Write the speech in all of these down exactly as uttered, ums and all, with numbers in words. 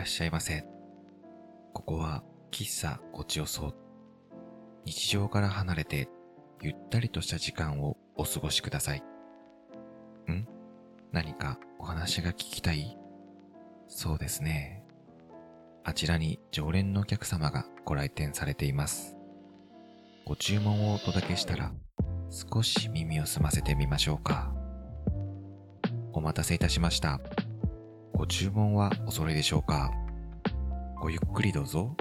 らっしゃいませ。ここは喫茶ごちよそ。日常から離れてゆったりとした時間をお過ごしください。ん？何かお話が聞きたい？そうですね。あちらに常連のお客様がご来店されています。ご注文をお届けしたら少し耳を澄ませてみましょうか。お待たせいたしました。ご注文はお揃いでしょうか。ごゆっくりどうぞ。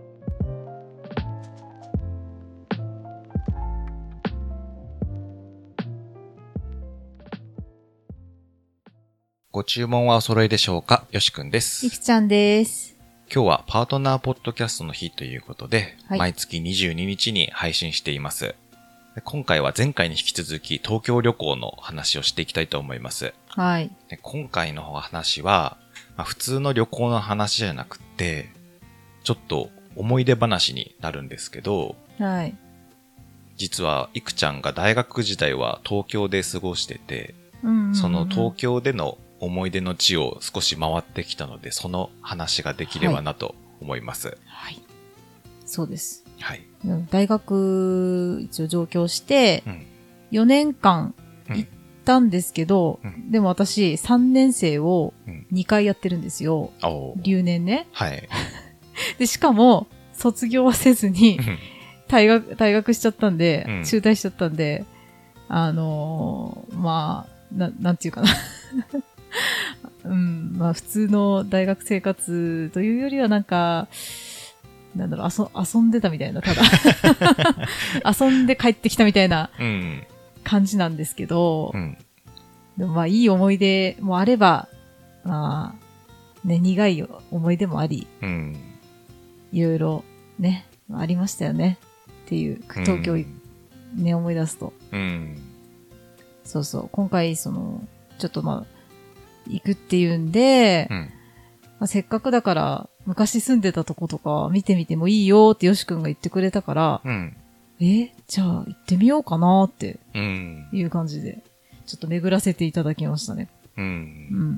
ご注文はお揃いでしょうか。よしくんです。 ゆきちゃんです。 今日はパートナーポッドキャストの日ということで、 はい、 毎月にじゅうににちに配信しています。今回は前回に引き続き東京旅行の話をしていきたいと思います。 はい。 で今回の話は、まあ、普通の旅行の話じゃなくて、ちょっと思い出話になるんですけど、 はい。 実はいくちゃんが大学時代は東京で過ごしてて、 うんうんうん、 その東京での思い出の地を少し回ってきたので、その話ができればなと思います。 はい。はい、そうです。 はい。 大学一応上京して、 うん、 よねんかん行ったんですけど、うん、でも私さんねん生をにかいやってるんですよ。うん、留年ね。 はい。 で、しかも卒業はせずに退学、退学しちゃったんで、うん、中退しちゃったんで、あのー、まあ、な、なんていうかな。うん、まあ普通の大学生活というよりはなんか、なんだろう、遊、遊んでたみたいな、ただ。遊んで帰ってきたみたいな感じなんですけど、うん、でもまあいい思い出もあれば、まあ、ね、苦い思い出もあり、うん、いろいろね、ありましたよね。っていう、東京、ね、思い出すと。うん、そうそう、今回その、ちょっとまあ、行くっていうんで、うんまあ、せっかくだから昔住んでたとことか見てみてもいいよってよしくんが言ってくれたから、うん、えじゃあ行ってみようかなっていう感じでちょっと巡らせていただきましたね。うん。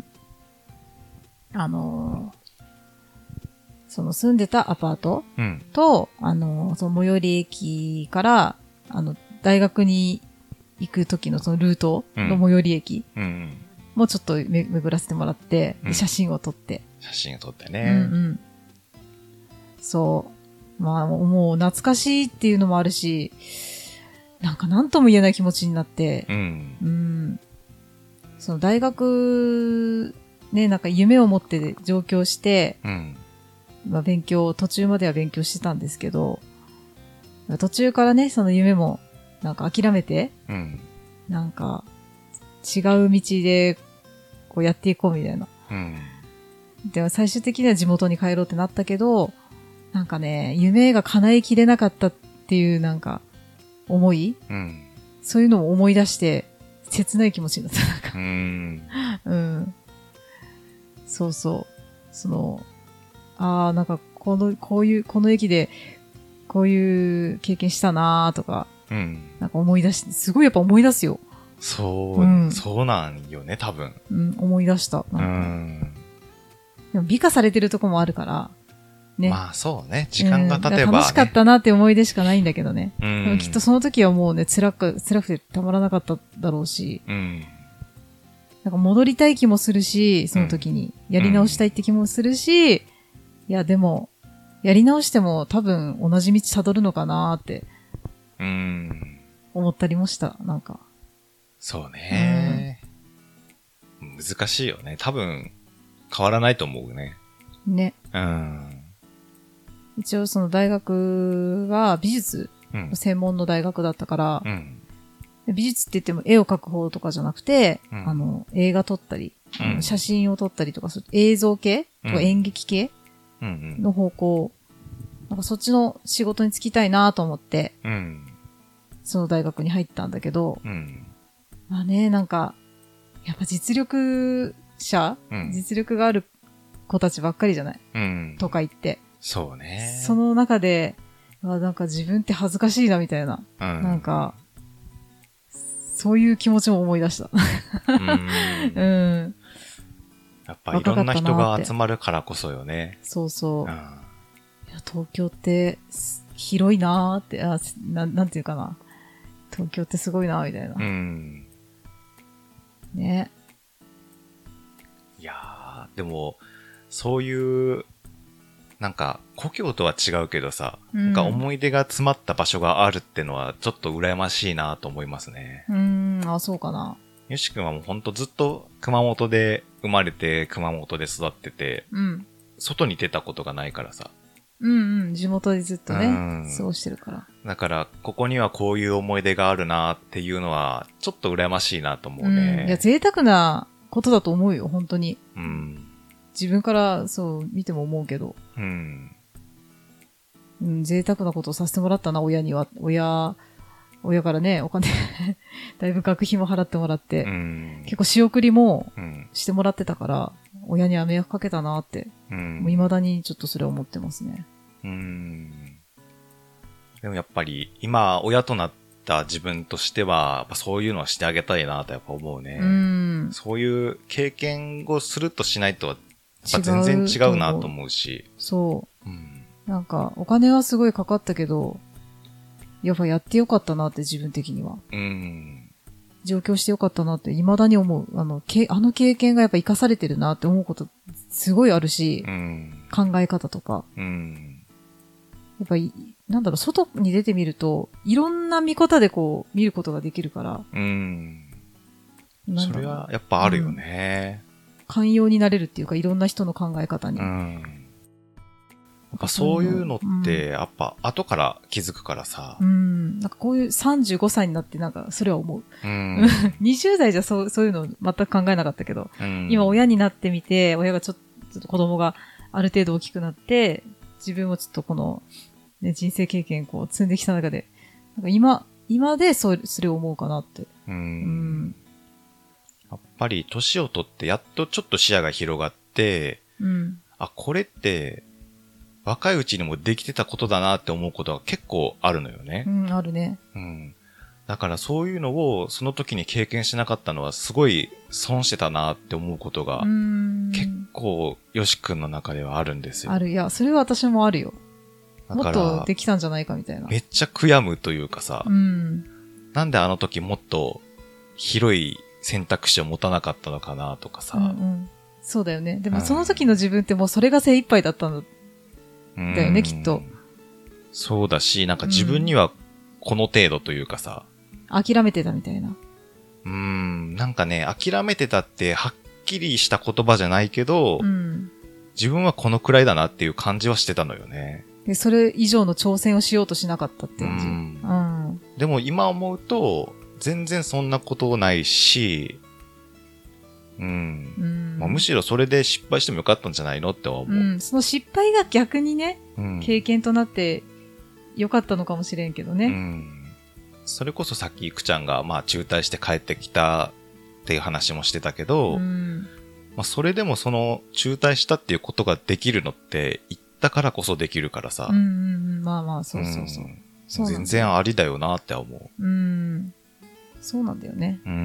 うん、あのー、その住んでたアパートと、うん、あのー、その最寄り駅からあの大学に行く時のそのルートの最寄り駅。うんうんもうちょっとめ巡らせてもらって、うん、写真を撮って。 写真を撮ってね。 うんうん。そう。まあもう懐かしいっていうのもあるし、なんか何とも言えない気持ちになって、うん。うん。その大学、ね、なんか夢を持って上京して、うん。まあ勉強、途中までは勉強してたんですけど、途中からね、その夢もなんか諦めて、うん。なんか違う道で、こうやっていこうみたいな。うん。でも最終的には地元に帰ろうってなったけど、なんかね、夢が叶えきれなかったっていうなんか、思い、うん、そういうのを思い出して、切ない気持ちになった。なんかうん。うん。そうそう。その、ああ、なんかこの、こういう、この駅で、こういう経験したなーとか、うん。なんか思い出して、すごいやっぱ思い出すよ。 そう、うん、そうなんよね、多分。 うん、思い出した。なんかうん。でも美化されてるとこもあるから、ね。 まあそうね、時間が経てば、ねうん、 楽しかったなって思い出しかないんだけどね。うん、でもきっとその時はもうね、辛く、辛くてたまらなかっただろうし、うん、なんか戻りたい気もするし、その時に、やり直したいって気もするし、うん、いやでも、やり直しても多分同じ道辿るのかなーって、うん、思ったりもした、なんか。 そうね、うん、難しいよね。多分変わらないと思うね。 ね。うん。一応その大学は美術の専門の大学だったから、うん、美術って言っても絵を描く方とかじゃなくて、うん、あの映画撮ったり、うん、写真を撮ったりとかする映像系とか演劇系の方向、なんかそっちの仕事に就きたいなと思って、うん、その大学に入ったんだけど。うんまあね、なんか、やっぱ実力者、うん、実力がある子たちばっかりじゃない、うん、とか言って。 そうね。 その中で、あなんか自分って恥ずかしいなみたいな。うん、なんか、そういう気持ちも思い出した。うん、うん。 やっぱいろんな人が集まるからこそよね。 そうそう。 うん、いや東京って広いなーって、あな、なんていうかな。東京ってすごいなーみたいな。 うん。 ね。 いやー、でも、そういう、なんか、故郷とは違うけどさ、うん、なんか思い出が詰まった場所があるってのは、ちょっと羨ましいなと思いますね。 うーん、あ、そうかな。 よし君はもうほんとずっと熊本で生まれて、熊本で育ってて、 うん、 外に出たことがないからさ。 うんうん、地元でずっとね、過ごしてるから。 だから、ここにはこういう思い出があるなっていうのは、ちょっと羨ましいなと思うね。 うん、いや、贅沢なことだと思うよ、本当に。 うん。 自分からそう見ても思うけど。うん。うん、贅沢なことをさせてもらったな、親には。親、親からね、お金だいぶ学費も払ってもらって、うん、結構仕送りもしてもらってたから、うん、親には迷惑かけたなって、うん、もう未だにちょっとそれは思ってますね。 うん。でもやっぱり、今、親となった自分としては、やっぱそういうのはしてあげたいなとやっぱ思うね。うん、そういう経験をするとしないとは、やっぱ全然違うなと思うし。 そう。うん、なんか、お金はすごいかかったけど、やっぱやってよかったなって自分的には。うん。上京してよかったなって未だに思う。あの、けあの経験がやっぱ活かされてるなって思うことすごいあるし、うん、考え方とか。うん、やっぱり、なんだろう、外に出てみると、いろんな見方でこう、見ることができるから。うん。 それはやっぱあるよね、 うん。寛容になれるっていうか、いろんな人の考え方に。うん。 やっぱそういうのって、やっぱ後から気づくからさ。 うん。なんかこういうさんじゅうごさいになってなんかそれは思う。うん。にじゅう代じゃそう、そういうの全く考えなかったけど、うん、今親になってみて、親がちょっと、ちょっと子供がある程度大きくなって、自分もちょっとこの、ね、人生経験こう積んできた中で、なんか今、今でそう、それを思うかなって。うん。うん、 やっぱり年を取ってやっとちょっと視野が広がって、うん。あ、これって、若いうちにもできてたことだなって思うことが結構あるのよね。 うん、あるね。 うん。だからそういうのをその時に経験しなかったのはすごい損してたなって思うことが結構よし君の中ではあるんですよ。 ある。いや、それは私もあるよ。もっとできたんじゃないかみたいな。 めっちゃ悔やむというかさ、うん、なんであの時もっと広い選択肢を持たなかったのかなとかさ。うんうん、 そうだよね。でもその時の自分ってもうそれが精一杯だったんだ。だよね、きっと。 そうだし、なんか自分にはこの程度というかさ。 うん、諦めてたみたいな。 うーん、なんかね、諦めてたってはっきりした言葉じゃないけど、うん、自分はこのくらいだなっていう感じはしてたのよね。 で、それ以上の挑戦をしようとしなかったって感じ。うん。 うん、でも今思うと、全然そんなことないし、うん。うんまあ、むしろそれで失敗してもよかったんじゃないのって思う。うん。 その失敗が逆にね、うん、経験となってよかったのかもしれんけどね。うん。 それこそさっきいくちゃんが、まあ中退して帰ってきたっていう話もしてたけど、うんまあ、それでもその中退したっていうことができるのって言ったからこそできるからさ。 うんうんうん。まあまあ、そうそうそう。うん、 そう全然ありだよなって思う。 うん。そうなんだよね。うん。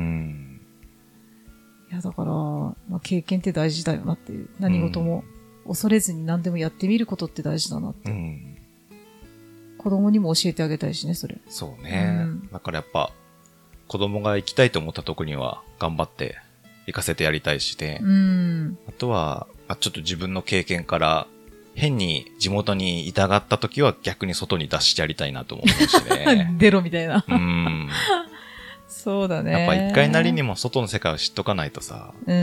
いや、だから、まあ、経験って大事だよなっていう。何事も恐れずに何でもやってみることって大事だなって。うん、子供にも教えてあげたいしね、それ。 そうね。うん、だからやっぱ、子供が行きたいと思ったとこには頑張って行かせてやりたいしね。うん、あとは、あ、ちょっと自分の経験から変に地元にいたがった時は逆に外に出してやりたいなと思うしね。 出ろみたいな。うんそうだね。 やっぱ一回なりにも外の世界を知っとかないとさ。うん。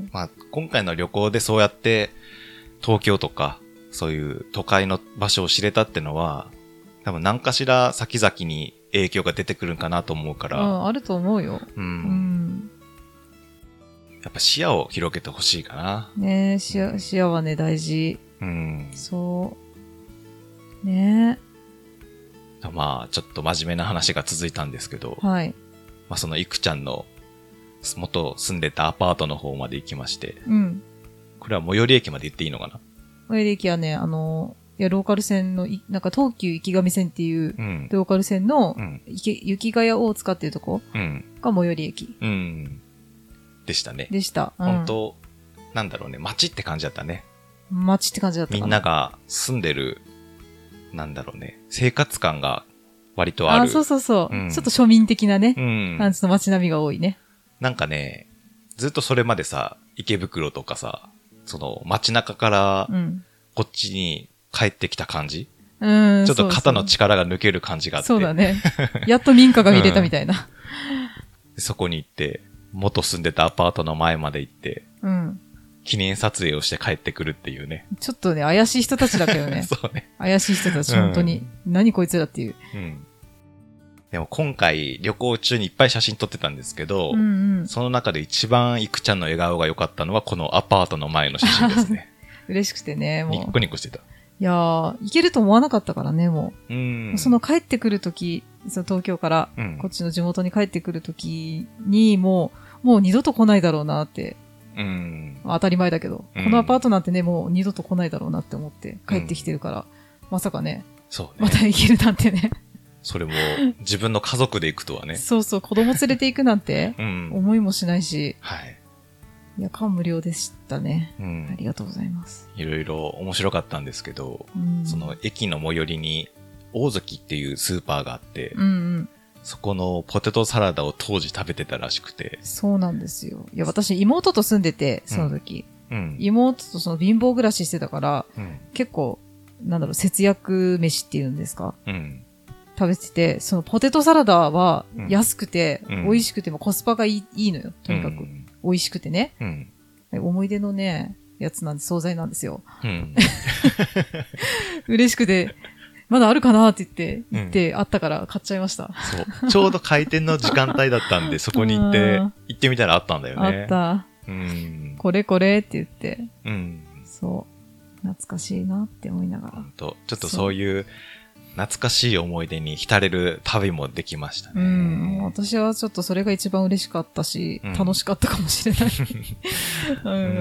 まあ今回の旅行でそうやって東京とかそういう都会の場所を知れたってのは多分何かしら先々に影響が出てくるんかなと思うから。 うん、あると思うよ。うん。うん、 やっぱ視野を広げてほしいかな。 ねえ、視野、視野はね、大事。うん。そう。ねえ。まあちょっと真面目な話が続いたんですけど。 はい。 まあ、そのいくちゃんの元住んでたアパートの方まで行きまして。うん。これは最寄り駅まで行っていいのかな？ 最寄り駅はね、あの、いや、ローカル線の、なんか東急池上線っていう、うん、ローカル線の、うん、雪ヶ谷大塚っていうとこ、うん、が最寄り駅。うん。 でしたね。 でした。 うん、本当なんだろうね、街って感じだったね。 街って感じだったかな。 みんなが住んでる、なんだろうね、生活感が割とある。 あ、そうそうそう。 うん、 ちょっと庶民的なね、 うん、 感じの街並みが多いね。 なんかね、ずっとそれまでさ、池袋とかさ、その街中からこっちに帰ってきた感じ、うん、ちょっと肩の力が抜ける感じがあって。 そうだね。やっと民家が見れたみたいな。 うん、そこに行って、元住んでたアパートの前まで行って、うん、記念撮影をして帰ってくるっていうね。 ちょっとね、怪しい人たちだけどね。 そうね。 怪しい人たち、本当に。うん、何こいつらっていう。うん。 でも今回旅行中にいっぱい写真撮ってたんですけど、うんうん、その中で一番いくちゃんの笑顔が良かったのはこのアパートの前の写真ですね。 嬉しくてね、もう。 ニッコニコしてた。 いやー、行けると思わなかったからね、もう。うん、その帰ってくるとき、その東京からこっちの地元に帰ってくるときに、もう、もう二度と来ないだろうなって。うん、当たり前だけど、うん、このアパートなんてね、もう二度と来ないだろうなって思って帰ってきてるから、うん、まさかね、 そうね、 また行けるなんてね。 それも自分の家族で行くとはね。 そうそう、子供連れて行くなんて、思いもしないし、 はい。 いや、感無量でしたね、うん。ありがとうございます。 いろいろ面白かったんですけど、うん、その駅の最寄りに大関っていうスーパーがあって、うんうん、そこのポテトサラダを当時食べてたらしくて。 そうなんですよ。いや、私妹と住んでて、その時。うん、妹とその貧乏暮らししてたから、うん、結構、なんだろう、節約飯っていうんですか、うん、食べてて、そのポテトサラダは安くて、うん、美味しくてもコスパがいい、いいのよ。とにかく。うん、美味しくてね、うん。思い出のね、やつなんで、惣菜なんですよ。うん、嬉しくて、まだあるかなって言って、行って、あったから買っちゃいました。 そう。ちょうど開店の時間帯だったんで、そこに行って、行ってみたらあったんだよね。 あった。うん、これこれって言って、うん、そう。懐かしいなって思いながら。 本当ちょっとそういう懐かしい思い出に浸れる旅もできましたね。 うん。私はちょっとそれが一番嬉しかったし、うん、楽しかったかもしれない、うんうん。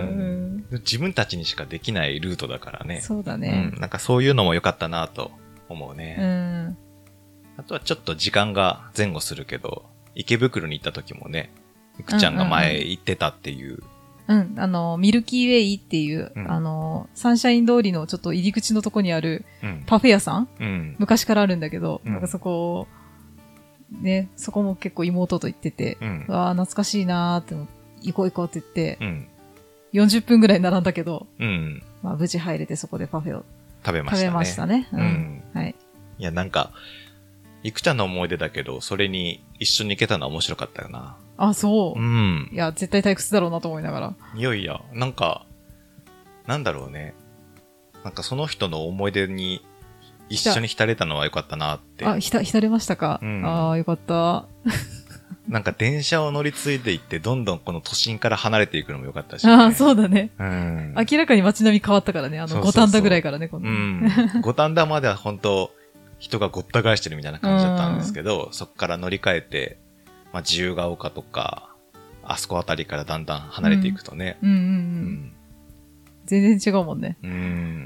自分たちにしかできないルートだからね。 そうだね。 うん、なんかそういうのも良かったなと思うね。うん。あとはちょっと時間が前後するけど、池袋に行った時もね、いくちゃんが前行ってたっていう。 うん、うんうん、あの、ミルキーウェイっていう、うん、あの、サンシャイン通りのちょっと入り口のとこにあるパフェ屋さん、うん、昔からあるんだけど、うん、なんかそこ、ね、そこも結構妹と行ってて、うん、わあ懐かしいなーって、行こう行こうって言って、うん、よんじゅっぷんぐらい並んだけど、うん、まあ無事入れてそこでパフェを食べましたね。 食べましたね。うん。うん、はい。 いや、なんか、いくちゃんの思い出だけど、それに一緒に行けたのは面白かったよな。 あ、そう。うん。いや、絶対退屈だろうなと思いながら。 いやいや、なんか、なんだろうね。なんかその人の思い出に一緒に浸れたのは良かったなって。 あ、ひた、浸れましたか、うん、ああ、よかった。 なんか電車を乗り継いでいって、どんどんこの都心から離れていくのも良かったし、ね。 ああ、そうだね。 うん。 明らかに街並み変わったからね。あの、五反田ぐらいからね、この。 うん。五反田までは本当人がごった返してるみたいな感じだったんですけど、そこから乗り換えて、まあ、自由が丘とか、あそこあたりからだんだん離れていくとね。うん、うん、うんうんうん。 全然違うもんね。うん。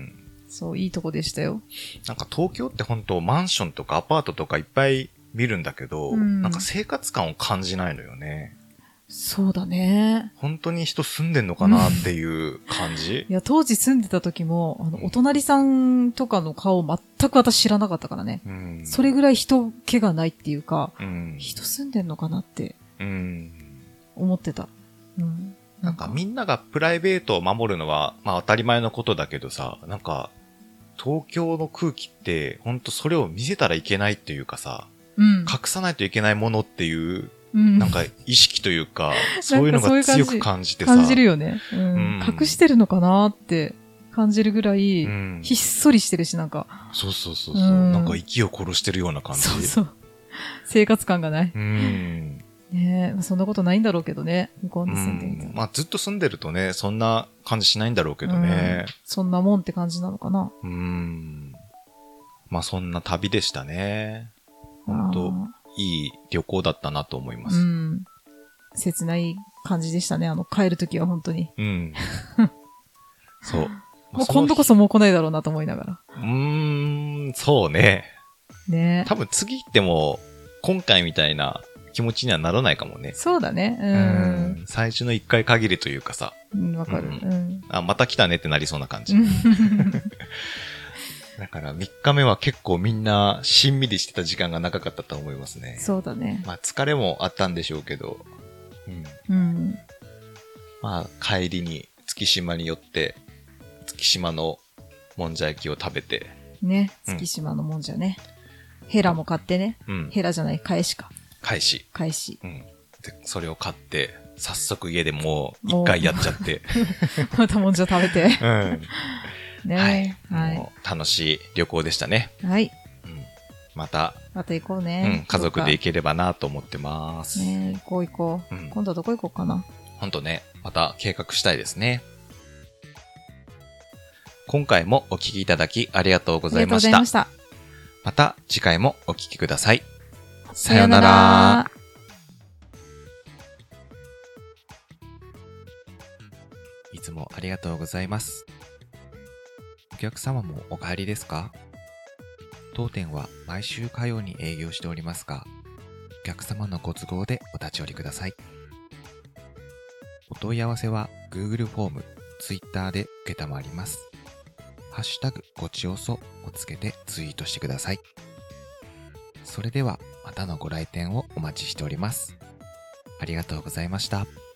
そう、いいとこでしたよ。 なんか東京って本当マンションとかアパートとかいっぱい見るんだけど、うん、なんか生活感を感じないのよね。 そうだね。 本当に人住んでんのかなっていう感じ、 うん、いや、当時住んでた時も、あの、お隣さんとかの顔全く私知らなかったからね。うん、それぐらい人気がないっていうか、うん、人住んでんのかなって、思ってた。うん、 なんかみんながプライベートを守るのは、まあ当たり前のことだけどさ、なんか、東京の空気って、本当それを見せたらいけないっていうかさ、うん、隠さないといけないものっていう、うん、なんか意識というか、そういうのが強く感じてさ。 感じるよね、うんうん。隠してるのかなって感じるぐらい、うん、ひっそりしてるし、なんか。 そうそうそうそう、うん。なんか息を殺してるような感じ。 そうそう。生活感がない。うん、ねえ、そんなことないんだろうけどね。向こうに住んでみたら。 まあずっと住んでるとね、そんな感じしないんだろうけどね。 うん、そんなもんって感じなのかな。 うん。まあそんな旅でしたね。本当いい旅行だったなと思います。うん。 切ない感じでしたね。あの、帰るときは本当に。うん。 そう。 もう今度こそもう来ないだろうなと思いながら。 うーん、そうね。ね。多分次行っても、今回みたいな気持ちにはならないかもね。 そうだね。うん。 うん、最初のいっかい限りというかさ。 うん、わかる。うん。 あ、また来たねってなりそうな感じ。だからみっかめは結構みんなしんみりしてた時間が長かったと思いますね。 そうだね。 まあ疲れもあったんでしょうけど。 うん。うん、 まあ帰りに月島に寄って、月島のもんじゃ焼きを食べて。 ね。月島のもんじゃね。うん、ヘラも買ってね。うん。ヘラじゃない、返しか。 返し。 返し。 うん。で、それを買って、早速家でもう一回やっちゃって。 またもんじゃ食べて。うん。 ね、はい。はい。もう楽しい旅行でしたね。 はい。 うん。また。 また行こうね。 うん。家族で行ければなと思ってます。 ね、行こう行こう。うん、今度はどこ行こうかな。 ほんとね。また計画したいですね。今回もお聞きいただきありがとうございました。ありがとうございました。また次回もお聞きください。さよなら。いつもありがとうございます。お客様もお帰りですか？当店は毎週火曜に営業しておりますが、お客様のご都合でお立ち寄りください。お問い合わせは Google フォーム、Twitter で受けたまわります。ハッシュタグごちおそをつけてツイートしてください。それではまたのご来店をお待ちしております。ありがとうございました。